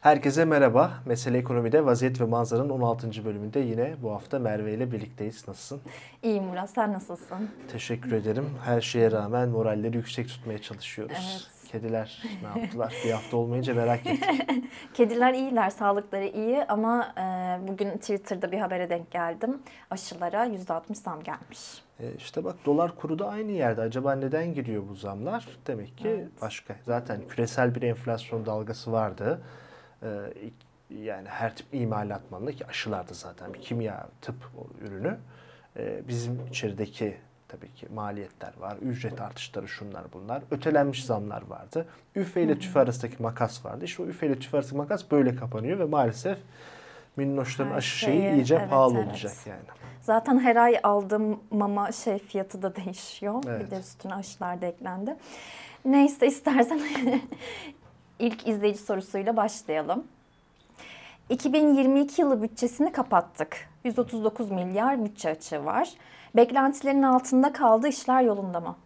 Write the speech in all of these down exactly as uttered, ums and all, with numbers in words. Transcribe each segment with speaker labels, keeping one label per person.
Speaker 1: Herkese merhaba. Mesele Ekonomi'de Vaziyet ve Manzara'nın on altıncı bölümünde yine bu hafta Merve ile birlikteyiz. Nasılsın?
Speaker 2: İyiyim Murat, sen nasılsın?
Speaker 1: Teşekkür ederim. Her şeye rağmen moralleri yüksek tutmaya çalışıyoruz.
Speaker 2: Evet.
Speaker 1: Kediler ne yaptılar? Bir hafta olmayınca merak ettik.
Speaker 2: Kediler iyiler, sağlıkları iyi ama e, bugün Twitter'da bir habere denk geldim. Aşılara yüzde altmış zam gelmiş.
Speaker 1: E işte bak dolar kuru da aynı yerde. Acaba neden gidiyor bu zamlar? Demek ki
Speaker 2: Evet.
Speaker 1: başka. Zaten küresel bir enflasyon dalgası vardı. E, yani her tip imalat malında ki aşılar da zaten bir kimya tıp ürünü. E, bizim içerideki tabii ki maliyetler var, ücret artışları şunlar bunlar, ötelenmiş zamlar vardı. Üfe ile tüfe arasındaki makas vardı. İşte o üfe ile tüfe arasındaki makas böyle kapanıyor ve maalesef minnoşların
Speaker 2: Her
Speaker 1: aşı şeyi
Speaker 2: şeye,
Speaker 1: iyice
Speaker 2: evet,
Speaker 1: pahalı
Speaker 2: evet.
Speaker 1: olacak yani.
Speaker 2: Zaten her ay aldığım mama şey fiyatı da değişiyor.
Speaker 1: Evet.
Speaker 2: Bir de üstüne aşılar da eklendi. Neyse istersen ilk izleyici sorusuyla başlayalım. iki bin yirmi iki yılı bütçesini kapattık. yüz otuz dokuz milyar bütçe açığı var. Beklentilerin altında kaldı, işler yolunda mı?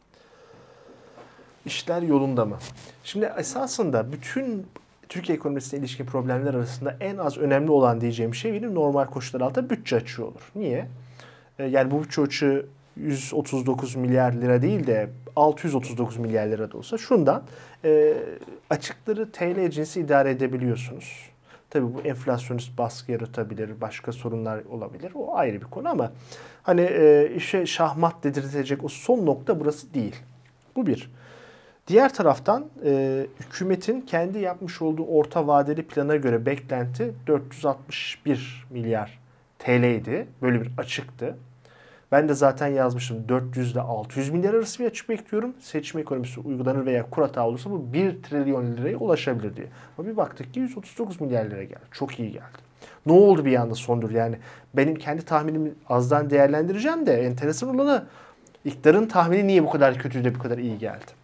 Speaker 1: İşler yolunda mı? Şimdi esasında bütün Türkiye ekonomisine ilişkin problemler arasında en az önemli olan diyeceğim şey benim normal koşullar altında bütçe açığı olur. Niye? Yani bu bütçe açığı yüz otuz dokuz milyar lira değil de altı yüz otuz dokuz milyar lira da olsa şundan e, açıkları T L cinsi idare edebiliyorsunuz. Tabii bu enflasyonist baskı yaratabilir, başka sorunlar olabilir. O ayrı bir konu ama hani e, işe şahmat dedirtecek o son nokta burası değil. Bu bir. Diğer taraftan e, hükümetin kendi yapmış olduğu orta vadeli plana göre beklenti dört yüz altmış bir milyar T L'ydi. Böyle bir açıktı. Ben de zaten yazmışım dört yüz ile altı yüz milyar arası bir açık bekliyorum. Seçim ekonomisi uygulanır veya kur hata olursa bu bir trilyon liraya ulaşabilir diye. Ama bir baktık ki yüz otuz dokuz milyar lira geldi. Çok iyi geldi. Ne oldu bir anda sondur yani? Benim kendi tahminimi azdan değerlendireceğim de enteresan olanı iktidarın tahmini niye bu kadar kötü de bu kadar iyi geldi?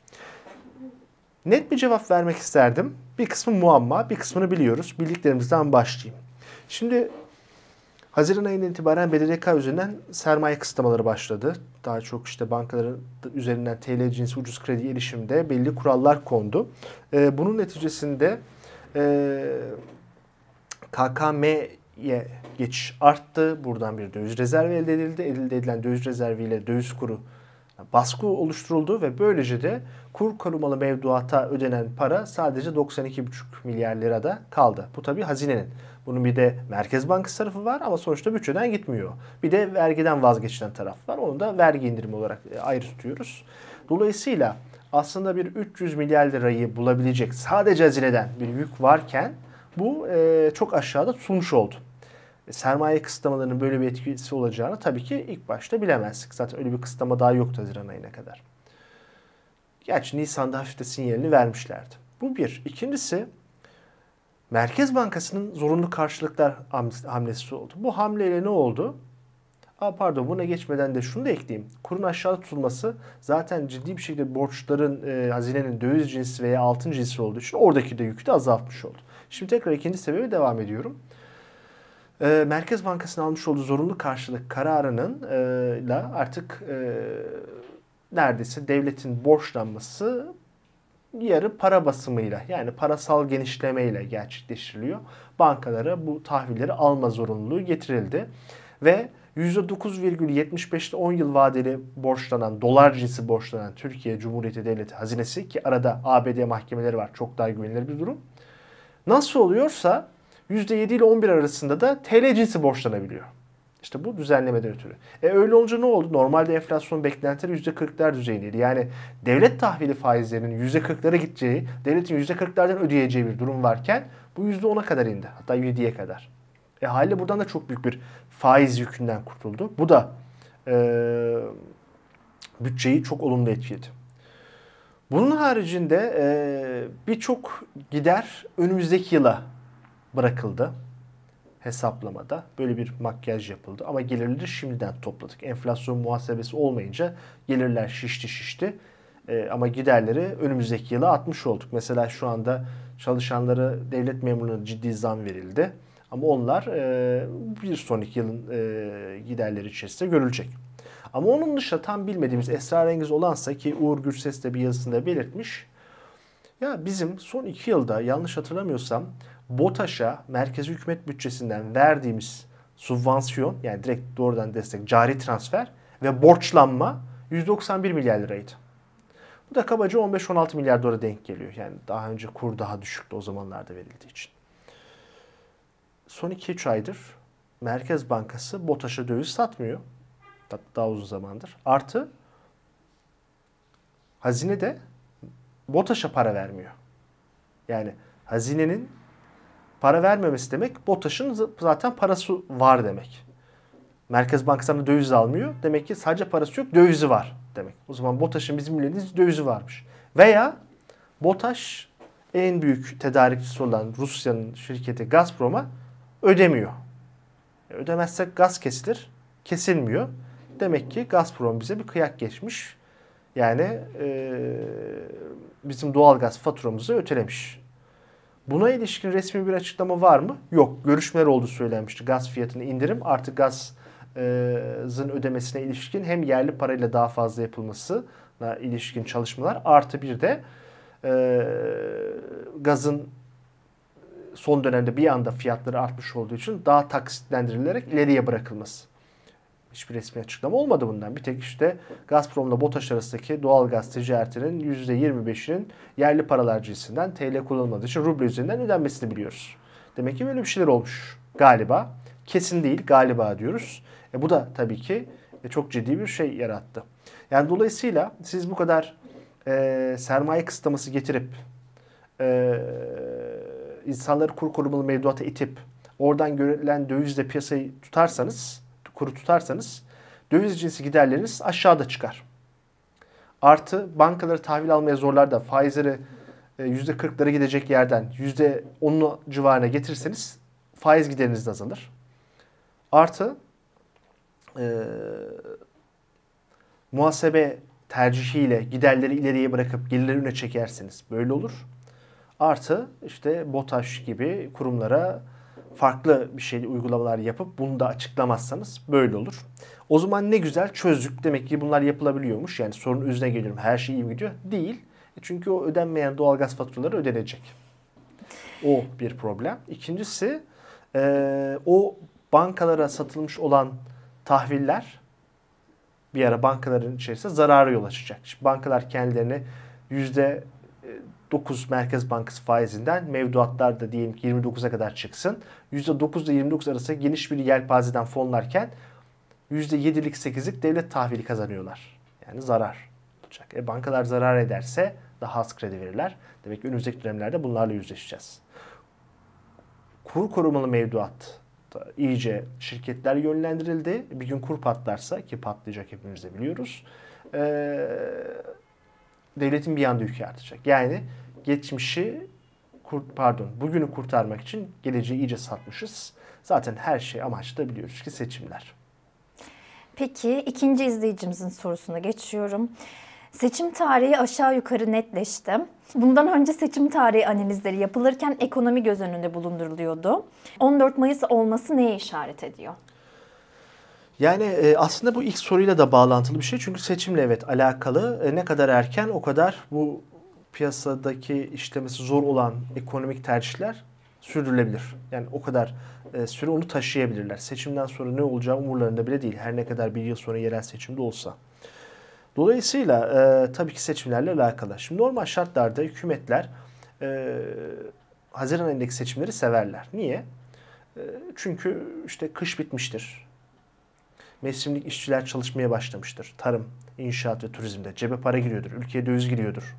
Speaker 1: Net bir cevap vermek isterdim. Bir kısmı muamma, bir kısmını biliyoruz. Bildiklerimizden başlayayım. Şimdi Haziran ayından itibaren B D D K üzerinden sermaye kısıtlamaları başladı. Daha çok işte bankaların üzerinden T L cinsi ucuz kredi erişimde belli kurallar kondu. Ee, bunun neticesinde e, K K M'ye geçiş arttı. Buradan bir döviz rezervi elde edildi. Elde edilen döviz rezerviyle döviz kuru baskı oluşturuldu ve böylece de kur korumalı mevduata ödenen para sadece doksan iki buçuk milyar lirada kaldı. Bu tabii hazinenin. Bunun bir de Merkez Bankası tarafı var ama sonuçta bütçeden gitmiyor. Bir de vergiden vazgeçilen taraf var. Onu da vergi indirimi olarak ayrı tutuyoruz. Dolayısıyla aslında bir üç yüz milyar lirayı bulabilecek sadece hazineden bir yük varken bu e, çok aşağıda tutulmuş oldu. Sermaye kısıtlamalarının böyle bir etkisi olacağını tabii ki ilk başta bilemezdik. Zaten öyle bir kısıtlama daha yoktu Haziran ayına kadar. Gerçi Nisan'da hafif de sinyalini vermişlerdi. Bu bir. İkincisi Merkez Bankası'nın zorunlu karşılıklar hamlesi oldu. Bu hamleyle ne oldu? Aa, pardon buna geçmeden de şunu da ekleyeyim. Kurun aşağı tutulması zaten ciddi bir şekilde borçların, e, hazinenin döviz cinsi veya altın cinsi olduğu için oradaki de yükü de azaltmış oldu. Şimdi tekrar ikinci sebebe devam ediyorum. E, Merkez Bankası'nın almış olduğu zorunlu karşılık kararının e, ile artık e, neredeyse devletin borçlanması yarı para basımıyla yani parasal genişlemeyle gerçekleştiriliyor. Bankalara bu tahvilleri alma zorunluluğu getirildi. Ve yüzde dokuz virgül yetmiş beşte on yıl vadeli borçlanan, dolar cinsi borçlanan Türkiye Cumhuriyeti Devleti hazinesi ki arada A B D mahkemeleri var çok daha güvenilir bir durum. Nasıl oluyorsa yüzde yedi ile on bir arasında da T L cinsi borçlanabiliyor. İşte bu düzenlemeden ötürü. E öyle olunca ne oldu? Normalde enflasyon beklentileri yüzde kırklar düzeyindeydi. Yani devlet tahvili faizlerinin yüzde kırklara gideceği, devletin yüzde kırklardan ödeyeceği bir durum varken bu yüzde ona kadar indi. Hatta yediye kadar. E haliyle buradan da çok büyük bir faiz yükünden kurtuldu. Bu da e, bütçeyi çok olumlu etkiledi. Bunun haricinde e, birçok gider önümüzdeki yıla bırakıldı. Hesaplamada böyle bir makyaj yapıldı ama gelirleri şimdiden topladık. Enflasyon muhasebesi olmayınca gelirler şişti şişti ee, ama giderleri önümüzdeki yıla atmış olduk. Mesela şu anda çalışanları, devlet memurlarına ciddi zam verildi ama onlar e, bir sonraki yılın e, giderleri içerisinde görülecek. Ama onun dışında tam bilmediğimiz esrarengiz olansa ki Uğur Gürses de bir yazısında belirtmiş. Ya bizim son iki yılda yanlış hatırlamıyorsam BOTAŞ'a merkezi hükümet bütçesinden verdiğimiz subvansiyon, yani direkt doğrudan destek, cari transfer ve borçlanma yüz doksan bir milyar liraydı. Bu da kabaca on beş on altı milyar dolara denk geliyor. Yani daha önce kur daha düşüktü o zamanlarda verildiği için. Son iki üç aydır Merkez Bankası BOTAŞ'a döviz satmıyor. Daha uzun zamandır. Artı hazine de BOTAŞ'a para vermiyor. Yani hazinenin para vermemesi demek BOTAŞ'ın zaten parası var demek. Merkez Bankası'ndan döviz almıyor. Demek ki sadece parası yok, dövizi var demek. O zaman BOTAŞ'ın bizim bildiğimiz dövizi varmış. Veya BOTAŞ en büyük tedarikçisi olan Rusya'nın şirketi Gazprom'a ödemiyor. Ödemezsek gaz kesilir. Kesilmiyor. Demek ki Gazprom bize bir kıyak geçmiş. Yani e, bizim doğalgaz faturamızı ötelemiş. Buna ilişkin resmi bir açıklama var mı? Yok. Görüşmeler olduğu söylenmişti. Gaz fiyatını indirim. Artık gazın ödemesine ilişkin hem yerli parayla daha fazla yapılmasına ilişkin çalışmalar, artı bir de e, gazın son dönemde bir anda fiyatları artmış olduğu için daha taksitlendirilerek ileriye bırakılması. Hiçbir resmi açıklama olmadı bundan. Bir tek işte Gazprom'la BOTAŞ arasındaki doğalgaz ticaretinin yüzde yirmi beşinin yerli paralar cinsinden T L kullanılmadığı için ruble üzerinden ödenmesini biliyoruz. Demek ki böyle bir şeyler olmuş galiba. Kesin değil, galiba diyoruz. E bu da tabii ki çok ciddi bir şey yarattı. Yani dolayısıyla siz bu kadar e, sermaye kısıtlaması getirip e, insanları kur korumalı mevduata itip oradan görülen dövizle piyasayı tutarsanız, kuru tutarsanız döviz cinsi giderleriniz aşağıda çıkar. Artı bankaları tahvil almaya zorlar da faizleri yüzde kırklara gidecek yerden yüzde onu civarına getirirseniz faiz gideriniz de azalır. Artı e, muhasebe tercihiyle giderleri ileriye bırakıp gelirleri öne çekerseniz böyle olur. Artı işte BOTAŞ gibi kurumlara farklı bir şey uygulamalar yapıp bunu da açıklamazsanız böyle olur. O zaman ne güzel çözdük. Demek ki bunlar yapılabiliyormuş. Yani sorunun üzerine geliyorum. Her şey iyi mi gidiyor? Değil. Çünkü o ödenmeyen doğalgaz faturaları ödenecek. O bir problem. İkincisi e, o bankalara satılmış olan tahviller bir ara bankaların içerisinde zarara yol açacak. Şimdi bankalar kendilerine yüzde dokuz Merkez Bankası faizinden mevduatlar da diyelim ki yirmi dokuza kadar çıksın. yüzde dokuz ile yirmi dokuz arası geniş bir yelpazeden fonlarken yüzde yedilik sekizlik devlet tahvili kazanıyorlar. Yani zarar olacak. E bankalar zarar ederse daha az kredi verirler. Demek ki önümüzdeki dönemlerde bunlarla yüzleşeceğiz. Kur korumalı mevduat iyice şirketler yönlendirildi. Bir gün kur patlarsa, ki patlayacak hepimiz de biliyoruz, Ee, devletin bir anda yükü artacak. Yani geçmişi, pardon bugünü kurtarmak için geleceği iyice satmışız. Zaten her şey amaçlı da biliyoruz ki seçimler.
Speaker 2: Peki ikinci izleyicimizin sorusuna geçiyorum. Seçim tarihi aşağı yukarı netleşti. Bundan önce seçim tarihi analizleri yapılırken ekonomi göz önünde bulunduruluyordu. on dört Mayıs olması neye işaret ediyor?
Speaker 1: Yani e, aslında bu ilk soruyla da bağlantılı bir şey. Çünkü seçimle evet alakalı. E, ne kadar erken o kadar bu piyasadaki işlemesi zor olan ekonomik tercihler sürdürülebilir. Yani o kadar e, süre onu taşıyabilirler. Seçimden sonra ne olacağı umurlarında bile değil. Her ne kadar bir yıl sonra yerel seçimde olsa. Dolayısıyla e, tabii ki seçimlerle alakalı. Şimdi normal şartlarda hükümetler e, Haziran ayındaki seçimleri severler. Niye? E, çünkü işte kış bitmiştir. Mevsimlik işçiler çalışmaya başlamıştır. Tarım, inşaat ve turizmde cebe para giriyordur. Ülkeye döviz giriyordur.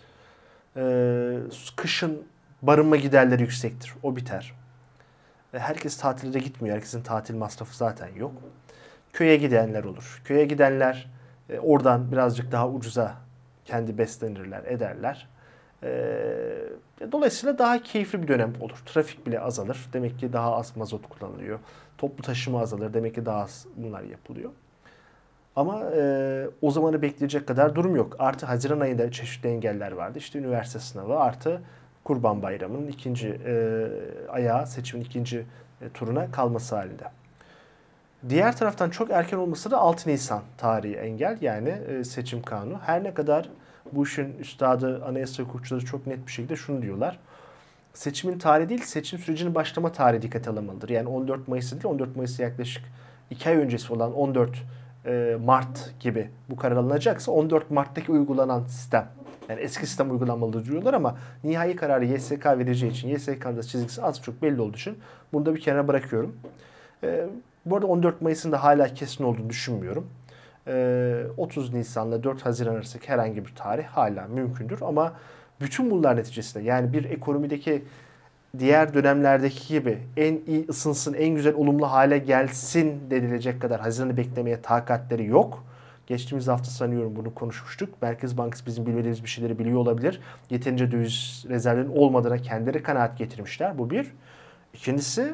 Speaker 1: Ee, kışın barınma giderleri yüksektir. O biter. Ee, herkes tatile de gitmiyor. Herkesin tatil masrafı zaten yok. Köye gidenler olur. Köye gidenler e, oradan birazcık daha ucuza kendi beslenirler, ederler. Ee, dolayısıyla daha keyifli bir dönem olur. Trafik bile azalır. Demek ki daha az mazot kullanılıyor. Toplu taşıma azalır. Demek ki daha az bunlar yapılıyor. Ama e, o zamanı bekleyecek kadar durum yok. Artı Haziran ayında çeşitli engeller vardı. İşte üniversite sınavı artı Kurban Bayramı'nın ikinci e, ayağı, seçimin ikinci e, turuna kalması halinde. Diğer taraftan çok erken olması da altı Nisan tarihi engel, yani e, seçim kanunu. Her ne kadar bu işin üstadı, anayasa hukukçuları çok net bir şekilde şunu diyorlar. seçimin tarihi değil, seçim sürecinin başlama tarihi dikkate alınmalıdır. Yani on dört Mayıs değil, on dört Mayıs'ı yaklaşık iki ay öncesi olan on dört Mart gibi bu karar alınacaksa on dört Mart'taki uygulanan sistem, yani eski sistem uygulanmalıdır diyorlar ama nihai kararı Y S K vereceği için, Y S K'nın da çizgisi az çok belli olduğu için bunu da bir kenara bırakıyorum. Ee, bu arada on dört Mayıs'ın da hala kesin olduğunu düşünmüyorum. Ee, otuz Nisan'la dört Haziran arasındaki herhangi bir tarih hala mümkündür ama bütün bunlar neticesinde, yani bir ekonomideki diğer dönemlerdeki gibi en iyi ısınsın, en güzel olumlu hale gelsin denilecek kadar Haziran'ı beklemeye takatleri yok. Geçtiğimiz hafta sanıyorum bunu konuşmuştuk. Merkez Bankası bizim bilmediğimiz bir şeyleri biliyor olabilir. Yeterince döviz rezervlerinin olmadığına kendileri kanaat getirmişler. Bu bir. İkincisi,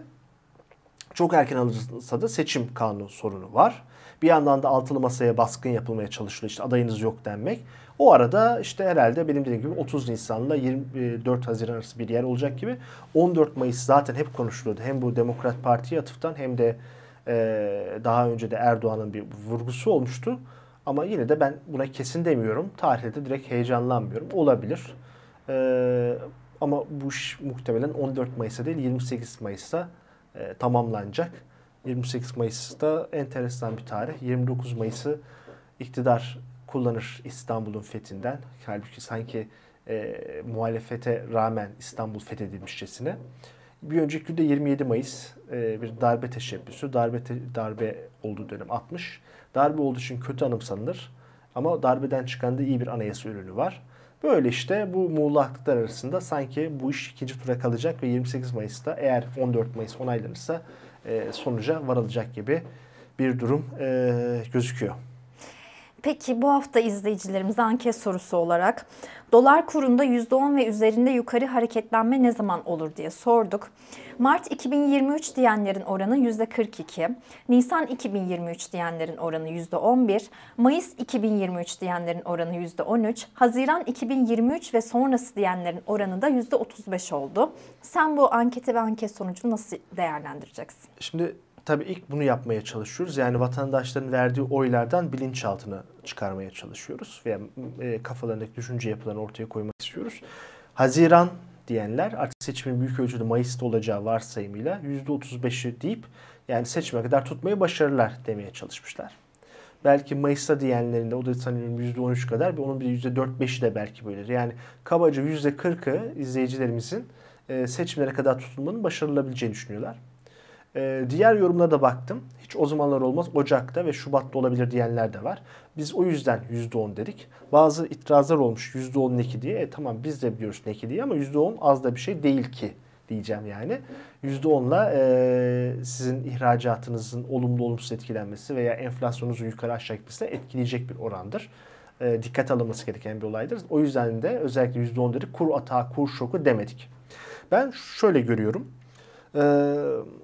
Speaker 1: çok erken alınsa da seçim kanunu sorunu var. Bir yandan da altılı masaya baskın yapılmaya çalışılıyor. İşte adayınız yok denmek. O arada işte herhalde benim dediğim gibi otuz Nisan'la yirmi dört Haziran arası bir yer olacak gibi. on dört Mayıs zaten hep konuşuluyordu. Hem bu Demokrat Parti'ye atıftan hem de e, daha önce de Erdoğan'ın bir vurgusu olmuştu. Ama yine de ben buna kesin demiyorum. Tarihte de direkt heyecanlanmıyorum. Olabilir. E, ama bu iş muhtemelen on dört Mayıs'ta değil yirmi sekiz Mayıs'ta e, tamamlanacak. yirmi sekiz Mayıs'ta enteresan bir tarih. yirmi dokuz Mayıs'ı iktidar kullanır İstanbul'un fethinden. Halbuki sanki e, muhalefete rağmen İstanbul fethedilmişçesine. Bir önceki günde yirmi yedi Mayıs e, bir darbe teşebbüsü. Darbe te, darbe olduğu dönem altmış. Darbe olduğu için kötü anımsanılır. Ama darbeden çıkan da iyi bir anayasa ürünü var. Böyle işte bu muğlaklıklar arasında sanki bu iş ikinci tura kalacak ve yirmi sekiz Mayıs'ta eğer on dört Mayıs onaylanırsa e, sonuca varılacak gibi bir durum e, gözüküyor.
Speaker 2: Peki bu hafta izleyicilerimize anket sorusu olarak dolar kurunda yüzde on ve üzerinde yukarı hareketlenme ne zaman olur diye sorduk. Mart iki bin yirmi üç diyenlerin oranı yüzde kırk iki, Nisan iki bin yirmi üç diyenlerin oranı yüzde on bir, Mayıs iki bin yirmi üç diyenlerin oranı yüzde on üç, Haziran iki bin yirmi üç ve sonrası diyenlerin oranı da yüzde otuz beş oldu. Sen bu anketi ve anket sonucunu nasıl değerlendireceksin?
Speaker 1: Şimdi tabii ilk bunu yapmaya çalışıyoruz. Yani vatandaşların verdiği oylardan bilinçaltını çıkarmaya çalışıyoruz. Veya e, kafalarındaki düşünce yapılarını ortaya koymak istiyoruz. Haziran diyenler artık seçimin büyük ölçüde Mayıs'ta olacağı varsayımıyla yüzde otuz beşi deyip yani seçime kadar tutmayı başarırlar demeye çalışmışlar. Belki Mayıs'ta diyenlerin de o da sanıyorum yüzde on üç kadar, onun bir yüzde dört beşi de belki böyledir. Yani kabaca yüzde kırkı izleyicilerimizin e, seçimlere kadar tutulmanın başarılabileceğini düşünüyorlar. Ee, diğer yorumlara da baktım. Hiç o zamanlar olmaz, Ocak'ta ve Şubat'ta olabilir diyenler de var. Biz o yüzden yüzde on dedik. Bazı itirazlar olmuş yüzde on ne ki diye. E tamam biz de biliyoruz ne ki diye ama yüzde on az da bir şey değil ki diyeceğim yani. yüzde onla e, sizin ihracatınızın olumlu olumsuz etkilenmesi veya enflasyonunuzun yukarı aşağı gitmesi etkileyecek bir orandır. E, dikkat alınması gereken bir olaydır. O yüzden de özellikle yüzde on dedik. Kur atağı, kur şoku demedik. Ben şöyle görüyorum. Eee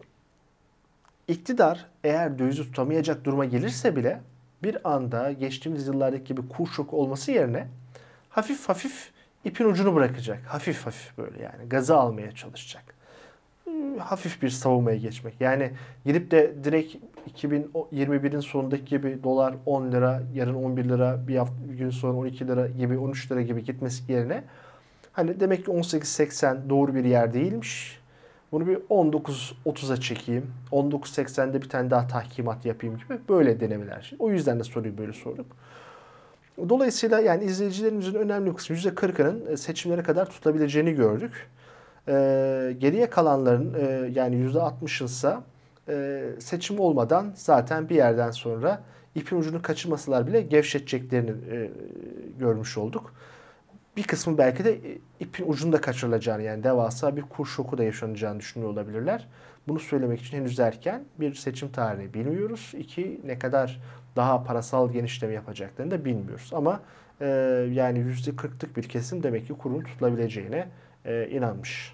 Speaker 1: İktidar eğer dövizi tutamayacak duruma gelirse bile bir anda geçtiğimiz yıllardaki gibi kur şoku olması yerine hafif hafif ipin ucunu bırakacak. Hafif hafif böyle yani gazı almaya çalışacak. Hafif bir savunmaya geçmek. Yani gidip de direkt iki bin yirmi birin sonundaki gibi dolar on lira, yarın on bir lira, bir hafta bir gün sonra on iki lira gibi, on üç lira gibi gitmesi yerine hani demek ki on sekiz seksen doğru bir yer değilmiş. Bunu bir on dokuz otuza çekeyim. on dokuz seksende bir tane daha tahkimat yapayım gibi böyle denemeler. O yüzden de soruyu böyle sorduk. Dolayısıyla yani izleyicilerimizin önemli kısmı yüzde kırkının seçimlere kadar tutabileceğini gördük. Ee, geriye kalanların e, yani yüzde altmışınsa e, seçim olmadan zaten bir yerden sonra ipin ucunu kaçırmasalar bile gevşeteceklerini e, görmüş olduk. Bir kısmı belki de ipin ucunda kaçırılacağını yani devasa bir kur şoku da yaşanacağını düşünüyor olabilirler. Bunu söylemek için henüz erken. Bir, seçim tarihi bilmiyoruz. İki, ne kadar daha parasal genişleme yapacaklarını da bilmiyoruz. Ama e, yani yüzde kırklık bir kesim demek ki kurun tutulabileceğine e, inanmış.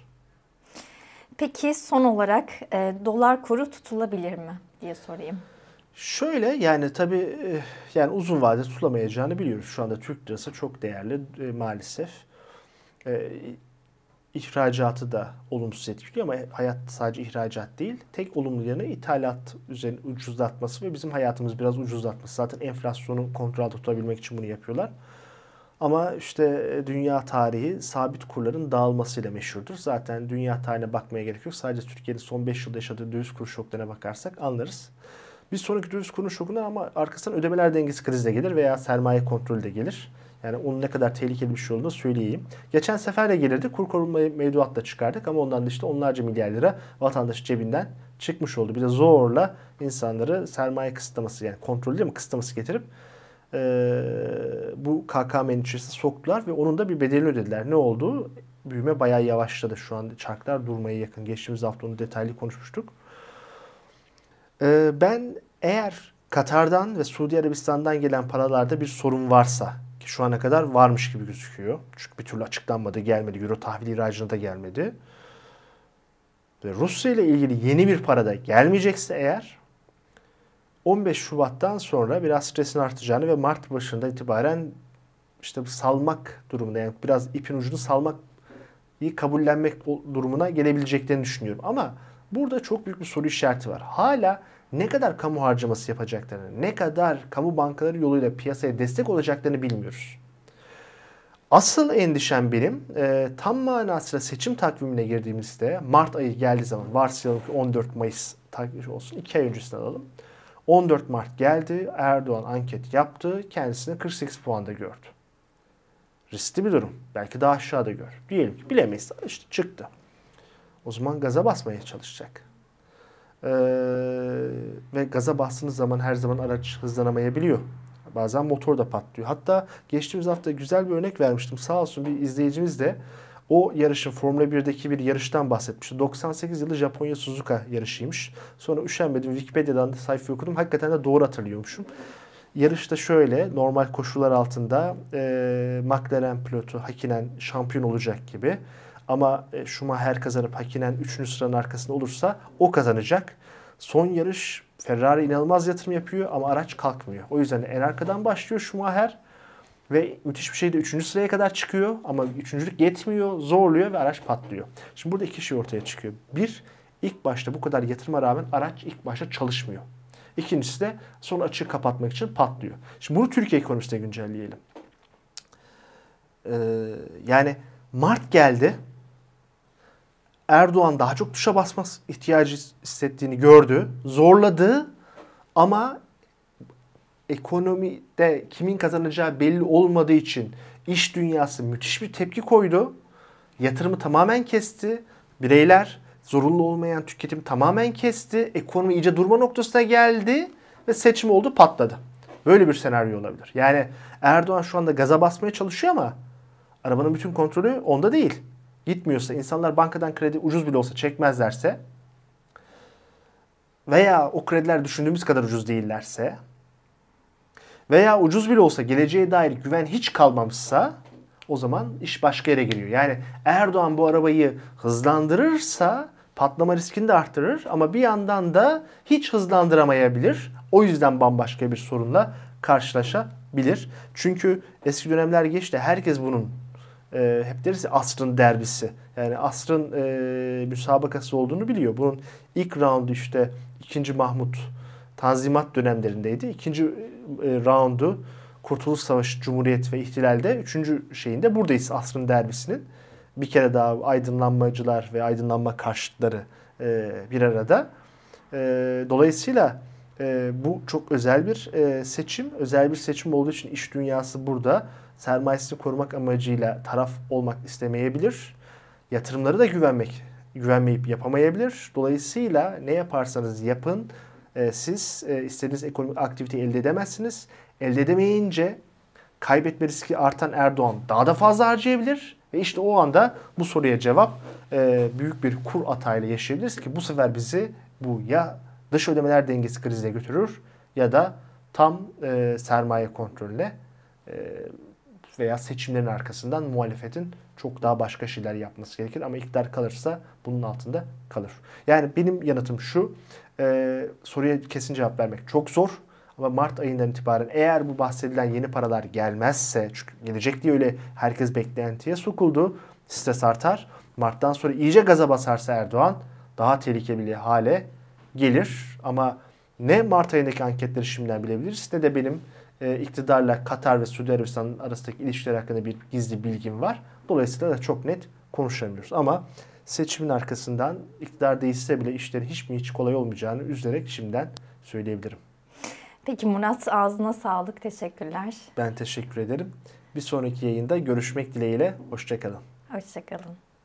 Speaker 2: Peki son olarak e, dolar kuru tutulabilir mi diye sorayım.
Speaker 1: Şöyle yani tabii yani uzun vadede tutulamayacağını biliyoruz. Şu anda Türk lirası çok değerli e, maalesef. E, ihracatı da olumsuz etkiliyor ama hayat sadece ihracat değil. Tek olumlu yanı ithalat üzerine ucuzlatması ve bizim hayatımız biraz ucuzlatması. Zaten enflasyonu kontrolde tutabilmek için bunu yapıyorlar. Ama işte dünya tarihi sabit kurların dağılmasıyla meşhurdur. Zaten dünya tarihine bakmaya gerek yok. Sadece Türkiye'nin son beş yılda yaşadığı döviz kuru şoklarına bakarsak anlarız. Bir sonraki döviz kuru şokundan ama arkasından ödemeler dengesi krizi de gelir veya sermaye kontrolü de gelir. Yani onun ne kadar tehlikeli bir şey olduğunu söyleyeyim. Geçen sefer de gelirdi. Kur koruma mevduatla çıkardık ama ondan da işte onlarca milyar lira vatandaş cebinden çıkmış oldu. Bir de zorla insanları sermaye kısıtlaması yani kontrollü değil mi kısıtlaması getirip e, bu K K M'nin içerisine soktular ve onun da bir bedelini ödediler. Ne oldu? Büyüme bayağı yavaşladı. Şu an çarklar durmaya yakın. Geçtiğimiz hafta onu detaylı konuşmuştuk. E, ben eğer Katar'dan ve Suudi Arabistan'dan gelen paralarda bir sorun varsa ki şu ana kadar varmış gibi gözüküyor. Çünkü bir türlü açıklanmadı, gelmedi. Euro tahvil ihracına da gelmedi. Ve Rusya ile ilgili yeni bir para da gelmeyecekse eğer on beş Şubat'tan sonra biraz stresin artacağını ve Mart başında itibaren işte salmak durumunda yani biraz ipin ucunu salmak iyi kabullenmek durumuna gelebileceklerini düşünüyorum. Ama burada çok büyük bir soru işareti var. Hala ne kadar kamu harcaması yapacaklarını, ne kadar kamu bankaları yoluyla piyasaya destek olacaklarını bilmiyoruz. Asıl endişem benim e, tam manasıyla seçim takvimine girdiğimizde Mart ayı geldiği zaman varsayalım ki on dört Mayıs takvimi olsun iki ay öncesinden alalım. on dört Mart geldi Erdoğan anket yaptı kendisini kırk sekiz puanda gördü. Riskli bir durum. Belki daha aşağıda gör. Diyelim ki bilemeyiz. İşte çıktı. O zaman gaza basmaya çalışacak. Ee, ve gaza bastığınız zaman her zaman araç hızlanamayabiliyor. Bazen motor da patlıyor. Hatta geçtiğimiz hafta güzel bir örnek vermiştim. Sağ olsun bir izleyicimiz de o yarışın Formula birdeki bir yarıştan bahsetmişti. doksan sekiz yılı Japonya Suzuka yarışıymış. Sonra üşenmedim. Wikipedia'dan da sayfayı okudum. Hakikaten de doğru hatırlıyormuşum. Yarışta şöyle normal koşullar altında e, McLaren pilotu Hakkinen şampiyon olacak gibi. Ama e, Schumacher kazanıp Hakkinen üçüncü sıranın arkasında olursa o kazanacak. Son yarış Ferrari inanılmaz yatırım yapıyor ama araç kalkmıyor. O yüzden en arkadan başlıyor Schumacher ve müthiş bir şekilde üçüncü sıraya kadar çıkıyor ama üçüncülük yetmiyor, zorluyor ve araç patlıyor. Şimdi burada iki şey ortaya çıkıyor. Bir, ilk başta bu kadar yatırıma rağmen araç ilk başta çalışmıyor. İkincisi de son açığı kapatmak için patlıyor. Şimdi bunu Türkiye ekonomisine güncelleyelim. Ee, yani Mart geldi. Erdoğan daha çok tuşa basmak ihtiyacı hissettiğini gördü. Zorladı ama ekonomide kimin kazanacağı belli olmadığı için iş dünyası müthiş bir tepki koydu. Yatırımı tamamen kesti. Bireyler zorunlu olmayan tüketimi tamamen kesti. Ekonomi iyice durma noktasına geldi ve seçim oldu, patladı. Böyle bir senaryo olabilir. Yani Erdoğan şu anda gaza basmaya çalışıyor ama arabanın bütün kontrolü onda değil. Gitmiyorsa, insanlar bankadan kredi ucuz bile olsa çekmezlerse veya o krediler düşündüğümüz kadar ucuz değillerse veya ucuz bile olsa geleceğe dair güven hiç kalmamışsa o zaman iş başka yere giriyor. Yani Erdoğan bu arabayı hızlandırırsa patlama riskini de arttırır ama bir yandan da hiç hızlandıramayabilir. O yüzden bambaşka bir sorunla karşılaşabilir. Çünkü eski dönemler geçti. Herkes bunun e, hep deriz ya asrın derbisi. Yani asrın e, müsabakası olduğunu biliyor. Bunun ilk roundu işte ikinci. Mahmut Tanzimat dönemlerindeydi. İkinci e, roundu Kurtuluş Savaşı, Cumhuriyet ve İhtilal'de. Üçüncü şeyinde buradayız asrın derbisinin. Bir kere daha aydınlanmacılar ve aydınlanma karşıtları e, bir arada. E, dolayısıyla e, bu çok özel bir e, seçim. Özel bir seçim olduğu için iş dünyası burada sermayesini korumak amacıyla taraf olmak istemeyebilir. Yatırımları da güvenmek, güvenmeyip yapamayabilir. Dolayısıyla ne yaparsanız yapın e, siz e, istediğiniz ekonomik aktiviteyi elde edemezsiniz. Elde edemeyince kaybetme riski artan Erdoğan daha da fazla harcayabilir. Ve işte o anda bu soruya cevap e, büyük bir kur atağıyla yaşayabiliriz ki bu sefer bizi bu ya dış ödemeler dengesi krizine götürür ya da tam e, sermaye kontrolüne e, veya seçimlerin arkasından muhalefetin çok daha başka şeyler yapması gerekir. Ama iktidar kalırsa bunun altında kalır. Yani benim yanıtım şu, e, soruya kesin cevap vermek çok zor. Ama Mart ayından itibaren eğer bu bahsedilen yeni paralar gelmezse, çünkü gelecek diye öyle herkes beklentiye sokuldu, stres artar. Mart'tan sonra iyice gaza basarsa Erdoğan daha tehlikeli bir hale gelir. Ama ne Mart ayındaki anketleri şimdiden bilebiliriz ne de benim e, iktidarla Katar ve Suudi Arabistan arasındaki ilişkiler hakkında bir gizli bilgim var. Dolayısıyla da çok net konuşamıyoruz. Ama seçimin arkasından iktidar değişse bile işlerin hiç mi hiç kolay olmayacağını üzülerek şimdiden söyleyebilirim.
Speaker 2: Peki Murat, ağzına sağlık. Teşekkürler.
Speaker 1: Ben teşekkür ederim. Bir sonraki yayında görüşmek dileğiyle. Hoşça kalın.
Speaker 2: Hoşça kalın.